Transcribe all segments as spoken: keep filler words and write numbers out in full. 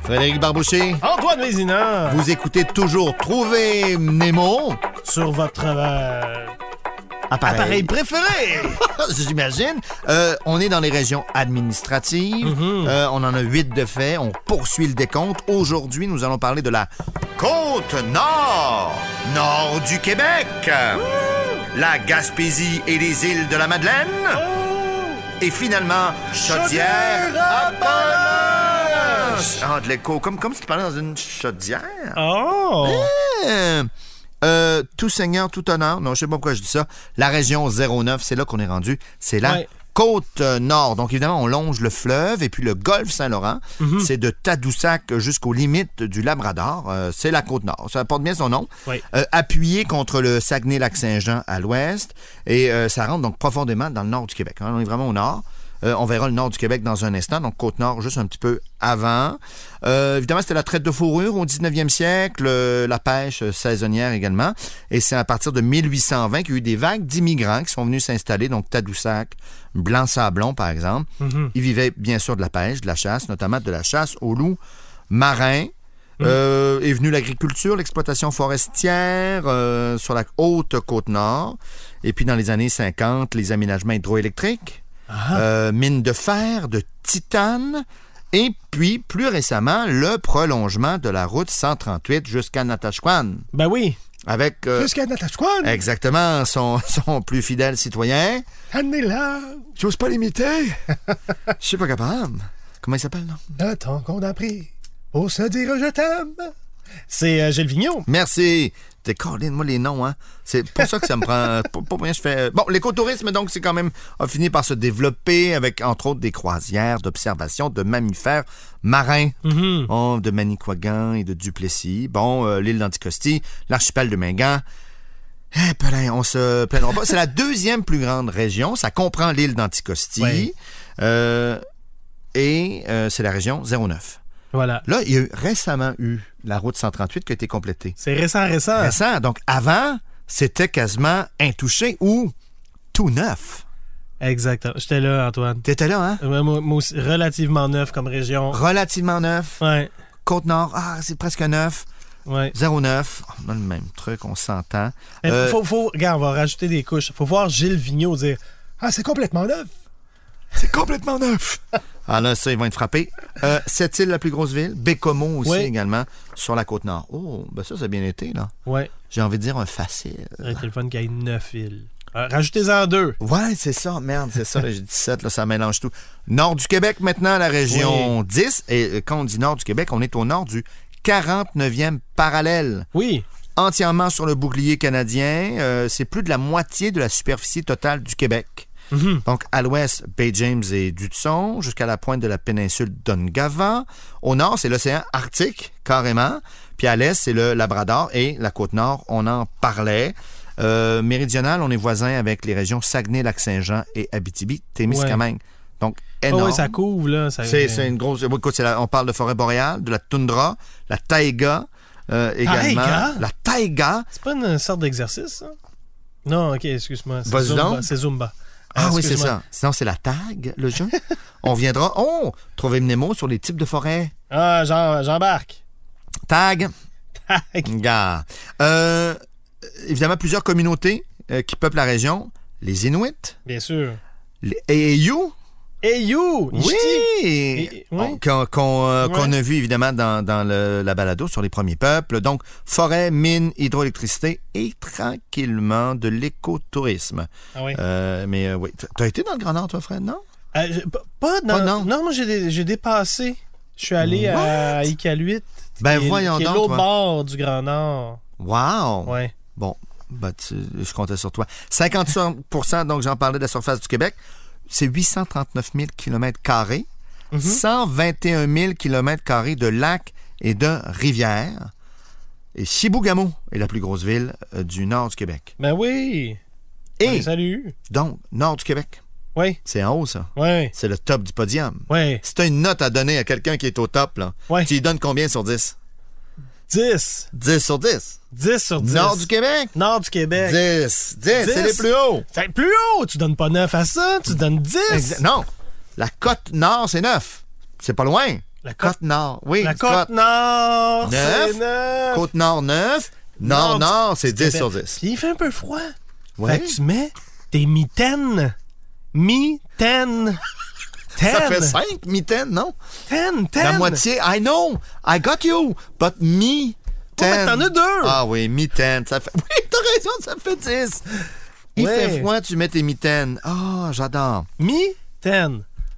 Frédéric Barboucher. Antoine Vézina. Vous écoutez toujours Trouver Nemo. Sur votre euh, appareil. appareil préféré. J'imagine. Euh, on est dans les régions administratives. Mm-hmm. Euh, on en a huit de fait. On poursuit le décompte. Aujourd'hui, nous allons parler de la Côte-Nord. Nord du Québec. Mmh. La Gaspésie et les îles de la Madeleine. Oh. Et finalement, Chaudière-Appalaches. Ah, de l'écho. Comme, comme si tu parlais dans une chaudière. Oh! Eh. Euh, tout seigneur, tout honneur. Non, je sais pas pourquoi je dis ça. La région zéro neuf, c'est là qu'on est rendu. C'est la ouais. Côte-Nord. Donc, évidemment, on longe le fleuve et puis le golfe Saint-Laurent. Mm-hmm. C'est de Tadoussac jusqu'aux limites du Labrador. Euh, c'est la Côte-Nord. Ça porte bien son nom. Oui. Euh, appuyé contre le Saguenay-Lac-Saint-Jean à l'ouest. Et euh, ça rentre donc profondément dans le nord du Québec. Hein. On est vraiment au nord. Euh, on verra le nord du Québec dans un instant, donc Côte-Nord juste un petit peu avant. Euh, évidemment, c'était la traite de fourrure au dix-neuvième siècle, euh, la pêche saisonnière également. Et c'est à partir de mille huit cent vingt qu'il y a eu des vagues d'immigrants qui sont venus s'installer, donc Tadoussac, Blanc-Sablon, par exemple. Mm-hmm. Ils vivaient bien sûr de la pêche, de la chasse, notamment de la chasse aux loups marins. Mm-hmm. Euh, est venue l'agriculture, l'exploitation forestière euh, sur la haute Côte-Nord. Et puis, dans les années cinquante, les aménagements hydroélectriques. Euh, mine de fer, de titane, et puis, plus récemment, le prolongement de la route cent trente-huit jusqu'à Natashquan. Ben oui. Avec... Euh, jusqu'à Natashquan. Exactement, son, son plus fidèle citoyen. Année-là. J'ose pas l'imiter. Je suis pas capable. Comment il s'appelle, non? Le temps qu'on a pris pour se dire je t'aime. C'est euh, Gilles Vigneault. Merci. T'es collé de moi les noms, hein? C'est pour ça que ça me prend... Pour, pour rien, je fais... Bon, l'écotourisme, donc, c'est quand même... a fini par se développer avec, entre autres, des croisières d'observation de mammifères marins. Mm-hmm. Oh, de Manicouagan et de Duplessis. Bon, euh, l'île d'Anticosti, l'archipel de Mingan. Eh, plein, on se plaindra pas. C'est la deuxième plus grande région. Ça comprend l'île d'Anticosti. Oui. Euh, et euh, c'est la région zéro neuf. Voilà. Là, il y a eu, récemment eu la route cent trente-huit qui a été complétée. C'est récent, récent. Récent. Donc, avant, c'était quasiment intouché ou tout neuf. Exactement. J'étais là, Antoine. T'étais là, hein? Ouais, moi, moi aussi, relativement neuf comme région. Relativement neuf. Ouais. Côte-Nord, ah, c'est presque neuf. Ouais. zéro neuf. On a le même truc, on s'entend. Mais euh, faut, faut, regarde, on va rajouter des couches. Faut voir Gilles Vigneault dire « Ah, c'est complètement neuf! » C'est complètement neuf! Ah là, ça, ils vont être frappés. Euh, cette île, la plus grosse ville. Bécomo aussi, oui. également, sur la Côte-Nord. Oh, ben ça, ça a bien été, là. Ouais. J'ai envie de dire un facile. Ça aurait été le fun qu'il y ait neuf îles. Euh, rajoutez-en deux. Ouais, c'est ça. Merde, c'est ça. Là, j'ai dix-sept, là, ça mélange tout. Nord du Québec, maintenant, la région oui. dix. Et quand on dit nord du Québec, on est au nord du quarante-neuvième parallèle. Oui. Entièrement sur le bouclier canadien. Euh, c'est plus de la moitié de la superficie totale du Québec. Mm-hmm. Donc, à l'ouest, Baie-James et d'Hudson, jusqu'à la pointe de la péninsule d'Ongava. Au nord, c'est l'océan Arctique, carrément. Puis à l'est, c'est le Labrador et la Côte-Nord, on en parlait. Euh, méridional, on est voisin avec les régions Saguenay-Lac-Saint-Jean et Abitibi-Témiscamingue. Ouais. Donc, énorme. Oh oui, ça couvre, là. Ça... C'est, c'est une grosse... Écoute, c'est la... on parle de forêt boréale, de la toundra, la taïga euh, également. Taïga? La taïga. C'est pas une sorte d'exercice, ça? Non, OK, excuse-moi. C'est Vas-y Zumba. donc. C'est Zumba. Ah, ah oui, c'est ça. Sinon, c'est la tag, le jeu. On viendra... Oh! Trouver Nemo sur les types de forêts. Ah, Jean, j'embarque. Tag. Tag. Gars. Euh, évidemment, plusieurs communautés euh, qui peuplent la région. Les Inuits. Bien sûr. Les Ayu. Ayu! Oui! Et, oui. Qu'on, qu'on, euh, ouais. qu'on a vu, évidemment, dans, dans le, la balado sur les premiers peuples. Donc, forêt, mine, hydroélectricité et tranquillement de l'écotourisme. Ah oui? Euh, mais euh, oui. T'as été dans le Grand Nord, toi, Fred, non? Euh, je, pas dans... Pas, non. non, moi, j'ai, j'ai dépassé. Je suis allé What? à Iqaluit. Ben, qui voyons est, donc. Qui est l'autre toi. bord du Grand Nord. Wow! Ouais. Bon, ben, tu, je comptais sur toi. cinquante pour cent, donc, j'en parlais de la surface du Québec. C'est huit cent trente-neuf mille kilomètres carrés, mm-hmm. cent vingt et un mille kilomètres carrés de lacs et de rivières. Et Chibougamau est la plus grosse ville euh, du nord du Québec. Ben oui! Et, oui, salut! Donc, nord du Québec. Oui. C'est en haut, ça. Oui. C'est le top du podium. Oui. Si tu as une note à donner à quelqu'un qui est au top, là, oui. tu lui donnes combien sur dix? dix. dix sur dix. dix sur dix. Nord du Québec. Nord du Québec. dix. dix, c'est les plus hauts. C'est plus haut. Tu donnes pas neuf à ça, tu donnes dix. Exa- non. La côte nord, c'est neuf. C'est pas loin. La côte... Côte-Nord. Oui. La Côte-Nord, c'est neuf. Côte-Nord, neuf. Nord-Nord, c'est dix sur dix. Puis il fait un peu froid. Ouais. Fait que tu mets tes mitaines. Mitaines. Ça fait cinq mitaines, non? Ten, ten. La moitié. I know. I got you. But me, ten. Oh, mais t'en as deux. Ah oui, mitaines. Ça fait... Oui, t'as raison, ça fait dix. Il ouais. fait froid, tu mets tes mitaines. Ah, oh, j'adore. Mitaines.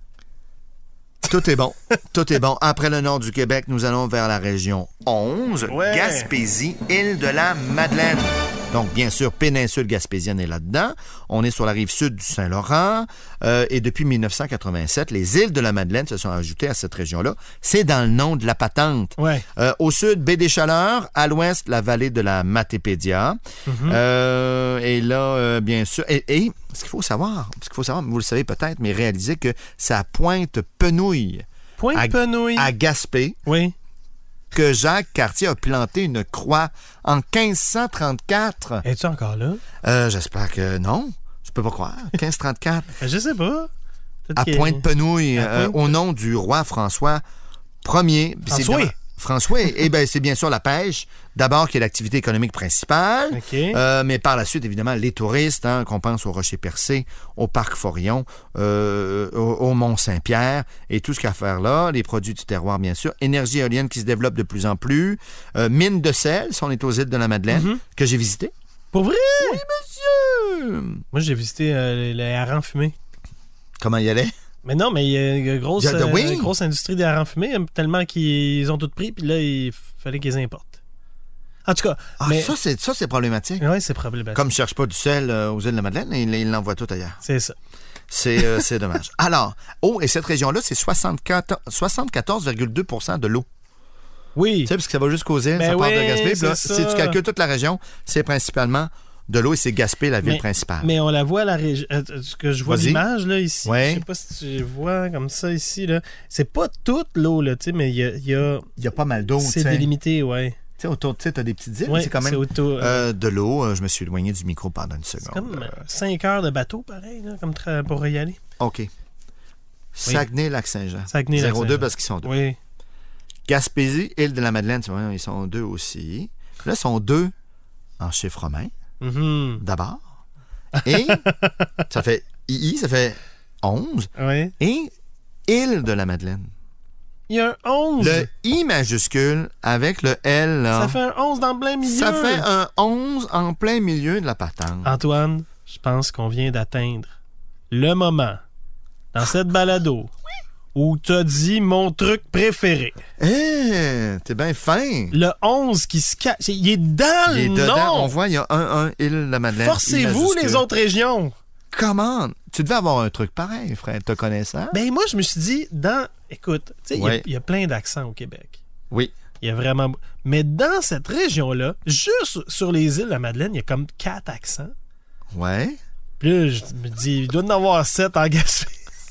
Tout est bon. Tout est bon. Après le nord du Québec, nous allons vers la région onze, ouais. Gaspésie, île de la Madeleine. Donc, bien sûr, péninsule gaspésienne est là-dedans. On est sur la rive sud du Saint-Laurent. Euh, et depuis mille neuf cent quatre-vingt-sept, les îles de la Madeleine se sont ajoutées à cette région-là. C'est dans le nom de la patente. Ouais. Euh, au sud, baie des Chaleurs. À l'ouest, la vallée de la Matépédia. Mm-hmm. Euh, et là, euh, bien sûr... Et, et ce qu'il faut savoir, ce qu'il faut savoir, vous le savez peut-être, mais réalisez que c'est à Pointe-Penouille. Pointe-Penouille. À, à Gaspé. Oui. Que Jacques Cartier a planté une croix en quinze cent trente-quatre. Es-tu encore là? Euh, j'espère que non. Je peux pas croire. quinze trente-quatre. Je sais pas. À Pointe-Penouille, euh, Pointe... au nom du roi François Ier. François. François. Eh bien, c'est bien sûr la pêche, d'abord, qui est l'activité économique principale. Okay. Euh, mais par la suite, évidemment, les touristes, hein, qu'on pense au Rocher-Percé, au Parc Forillon, euh, au, au Mont-Saint-Pierre, et tout ce qu'il y a à faire là, les produits du terroir, bien sûr. Énergie éolienne qui se développe de plus en plus. Euh, mine de sel, si on est aux îles de la Madeleine, mm-hmm. que j'ai visité. Pour vrai? Oui, monsieur! Moi, j'ai visité euh, les harengs fumés. Comment y allait? Mais non, mais il y a une grosse, de, de, oui. euh, grosse industrie des harengs fumés, tellement qu'ils ont tout pris, puis là, il fallait qu'ils importent. En tout cas... Ah, mais... ça, c'est, ça, c'est problématique. Oui, c'est problématique. Comme je ne cherche pas du sel euh, aux îles de la Madeleine, ils il l'envoient tout ailleurs. C'est ça. C'est, euh, c'est dommage. Alors, oh, et cette région-là, c'est soixante-quatorze virgule deux pour cent de l'eau. Oui. Tu sais, parce que ça va jusqu'aux îles, ben ça part oui, de Gaspé. Puis là, ça. si tu calcules toute la région, c'est principalement de l'eau et c'est Gaspé, la ville mais, principale. Mais on la voit, la région. Ce que je vois Vas-y. l'image, là, ici. Ouais. Je sais pas si tu vois comme ça, ici, là. C'est pas toute l'eau, là, tu sais, mais il y a, y a... Il y a pas mal d'eau, c'est t'sais. délimité, ouais. Tu sais, autour, tu sais, t'as des petites îles, ouais, c'est quand même c'est autour, euh, de l'eau. Euh, je me suis éloigné du micro pendant une seconde. C'est comme euh, cinq heures de bateau, pareil, là, comme tra- pour y aller. OK. Saguenay-Lac-Saint-Jean. Saguenay-Lac-Saint-Jean. zéro deux parce qu'ils sont deux. Oui. Gaspésie, île de la Madeleine, tu vois, ils sont deux aussi. Là, ils sont deux en chiffre romain, mm-hmm. d'abord. Et ça fait I I, ça fait onze. Oui. Et île de la Madeleine. Il y a un onze. Le I majuscule avec le L, là. Ça fait un onze dans le plein milieu. Ça fait un onze en plein milieu de la patente. Antoine, je pense qu'on vient d'atteindre le moment dans cette balado où t'as dit mon truc préféré. Eh, hey, t'es bien fin. Le onze qui se cache. Il est dans il est le dedans. nom. On voit, il y a un un, île de la Madeleine. Forcez-vous les autres régions. Comment? Tu devais avoir un truc pareil, frère, te connaissant. Ben moi, je me suis dit, dans... Écoute, tu sais, il ouais. y, y a plein d'accents au Québec. Oui. Il y a vraiment... Mais dans cette région-là, juste sur les îles de la Madeleine, il y a comme quatre accents. Ouais. Puis là, je me dis, il doit y en avoir sept en Gaspésie.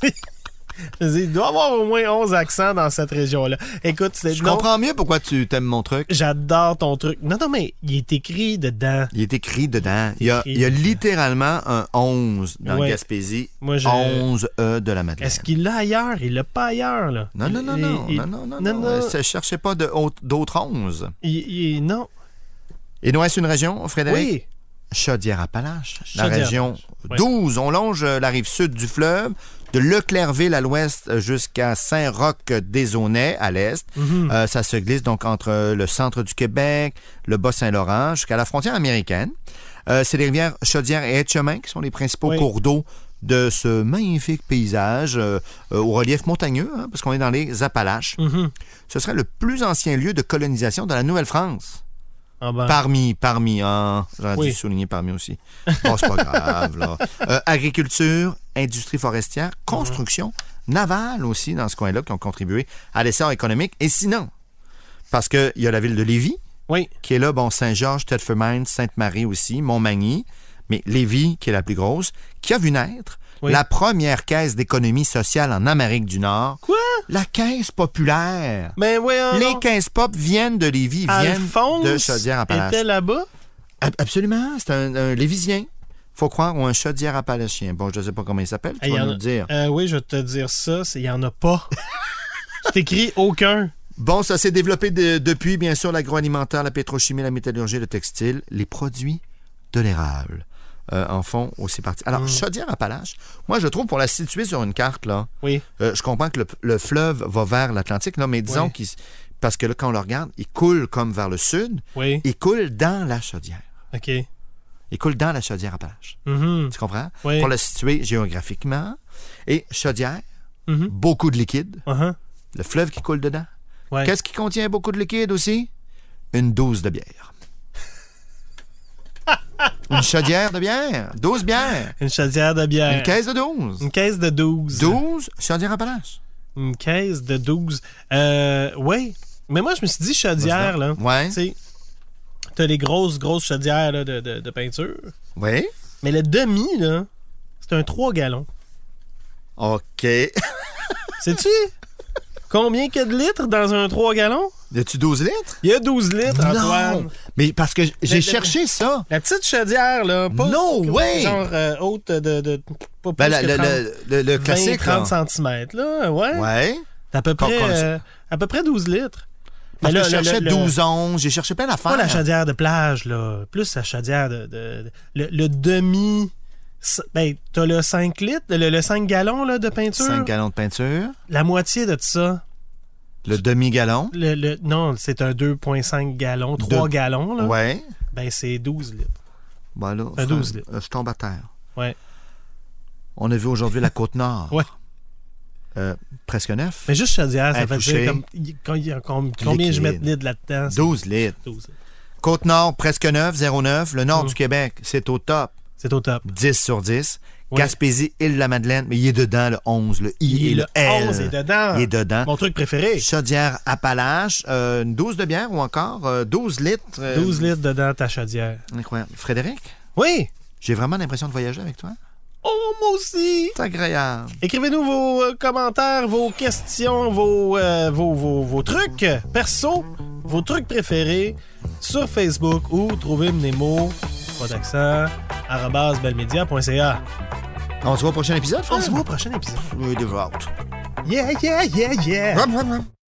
Je dis, il doit y avoir au moins onze accents dans cette région-là. Écoute, c'est... Je non, comprends mieux pourquoi tu t'aimes mon truc. J'adore ton truc. Non, non, mais il est écrit dedans. Il est écrit dedans. Il y a, il y a littéralement un onze dans ouais. Gaspésie. Moi, je... onze E de la Madeleine. Est-ce qu'il l'a ailleurs? Il l'a pas ailleurs, là. Non, non, non, il, non. il, non, non, non, non, non. non. Ne cherchez pas de, d'autres onze. Il, il, non. Il nous reste une région, Frédéric? Oui. Chaudière-Appalaches. La Chaudière région ouais. douze. On longe la rive sud du fleuve, de Leclercville à l'ouest jusqu'à Saint-Roch-des-Aunais à l'est. Mm-hmm. Euh, ça se glisse donc entre le centre du Québec, le Bas-Saint-Laurent, jusqu'à la frontière américaine. Euh, c'est les rivières Chaudière et Etchemin qui sont les principaux oui. cours d'eau de ce magnifique paysage euh, euh, au relief montagneux, hein, parce qu'on est dans les Appalaches. Mm-hmm. Ce serait le plus ancien lieu de colonisation de la Nouvelle-France. Ah ben. Parmi, parmi, hein. J'aurais oui. dû souligner parmi aussi. Bon, c'est pas grave, là. Euh, agriculture, industrie forestière, construction, mm-hmm. navale aussi, dans ce coin-là, qui ont contribué à l'essor économique. Et sinon, parce qu'il y a la ville de Lévis, oui. qui est là, bon, Saint-Georges, Thetford-Mines, Sainte-Marie aussi, Montmagny, mais Lévis, qui est la plus grosse, qui a vu naître oui. la première caisse d'économie sociale en Amérique du Nord. Quoi? La caisse populaire. Mais ouais, hein, Les non. caisses pop viennent de Lévis, viennent Alphonse de Chaudière-Appalaches. était là-bas? Absolument, c'est un, un Lévisien. Faut croire, ou un Chaudière-Appalachien. Bon, je ne sais pas comment il s'appelle, tu hey, vas nous le dire. Euh, oui, je vais te dire ça, il n'y en a pas. C'est écrit aucun. Bon, ça s'est développé de- depuis, bien sûr, l'agroalimentaire, la pétrochimie, la métallurgie, le textile, les produits de l'érable. Euh, en font aussi partie. Alors, Mm. Chaudière-Appalaches, moi, je trouve, pour la situer sur une carte, là, Oui. euh, je comprends que le, le fleuve va vers l'Atlantique, là, mais disons Oui. qu'il... Parce que là, quand on le regarde, il coule comme vers le sud, Oui. il coule dans la Chaudière. OK. Il coule dans la Chaudière-Appalaches. Mhm. Tu comprends? Oui. Pour la situer géographiquement. Et Chaudière, Mhm. beaucoup de liquide. Uh-huh. Le fleuve qui coule dedans. Ouais. Qu'est-ce qui contient beaucoup de liquide aussi? Une douze de bière. Une chaudière de bière. douze bières. Une chaudière de bière. Une caisse de douze. Une caisse de douze. douze, Chaudière-Appalaches. Une caisse de douze. Euh, oui. Mais moi, je me suis dit chaudière, là. Ouais. Tu sais, t'as les grosses, grosses chaudières là, de, de, de peinture. Oui. Mais le demi, là, c'est un trois gallons. OK. Sais-tu combien qu'il y a de litres dans un trois gallons? Y a-tu douze litres? Il y a douze litres, Antoine. Non. Mais parce que j'ai Le- cherché ça. La petite chaudière, là, pas No way! genre euh, haute de, de pas plus Ben, la- que le, trente, le, le, le classique, vingt, trente là. centimètres, là, ouais. Ouais. T'as à peu près, Comme- comme ça. euh, à peu près douze litres. Parce Mais que là, je le- cherchais le- douze, onze. J'ai cherché plein d'affaires. Pas la chaudière de plage, là. Plus la chaudière de... de- de- le, le demi... Ben, t'as le cinq litres, le, le cinq gallons là, de peinture. cinq gallons de peinture. La moitié de ça. Le demi-gallon. Le, le- non, c'est un deux virgule cinq gallons, trois Deux- gallons, là. Ouais. Ben, c'est douze litres. Ben là, Un frère, douze litres. euh, je tombe à terre. Ouais. On a vu aujourd'hui la Côte-Nord. Ouais. Euh, presque neuf. Mais juste chaudière, ça fait Intouché. dire comme, quand il y a- com- combien je mets de Liquide. litres là-dedans? c'est douze litres. douze litres. Côte-Nord, presque neuf, zéro neuf. Le nord Mm. du Québec, c'est au top. C'est au top. dix sur dix. Ouais. Gaspésie, Île-de-la-Madeleine, mais il est dedans, le onze, le I et Et le, le L. onze est dedans. Il est dedans. Mon truc préféré. Chaudière-Appalaches, euh, une douze de bière ou encore euh, douze litres. euh, douze litres dedans ta chaudière. Incroyable. Frédéric, Oui! j'ai vraiment l'impression de voyager avec toi. Oh, moi aussi! C'est agréable. Écrivez-nous vos euh, commentaires, vos questions, vos, euh, vos, vos, vos trucs perso, vos trucs préférés sur Facebook ou trouvez Nemo, pas d'accent, arobase belmedia point c a. On se voit au prochain épisode, frère? On se voit au prochain épisode. Oui, déjà out. Yeah, yeah, yeah, yeah!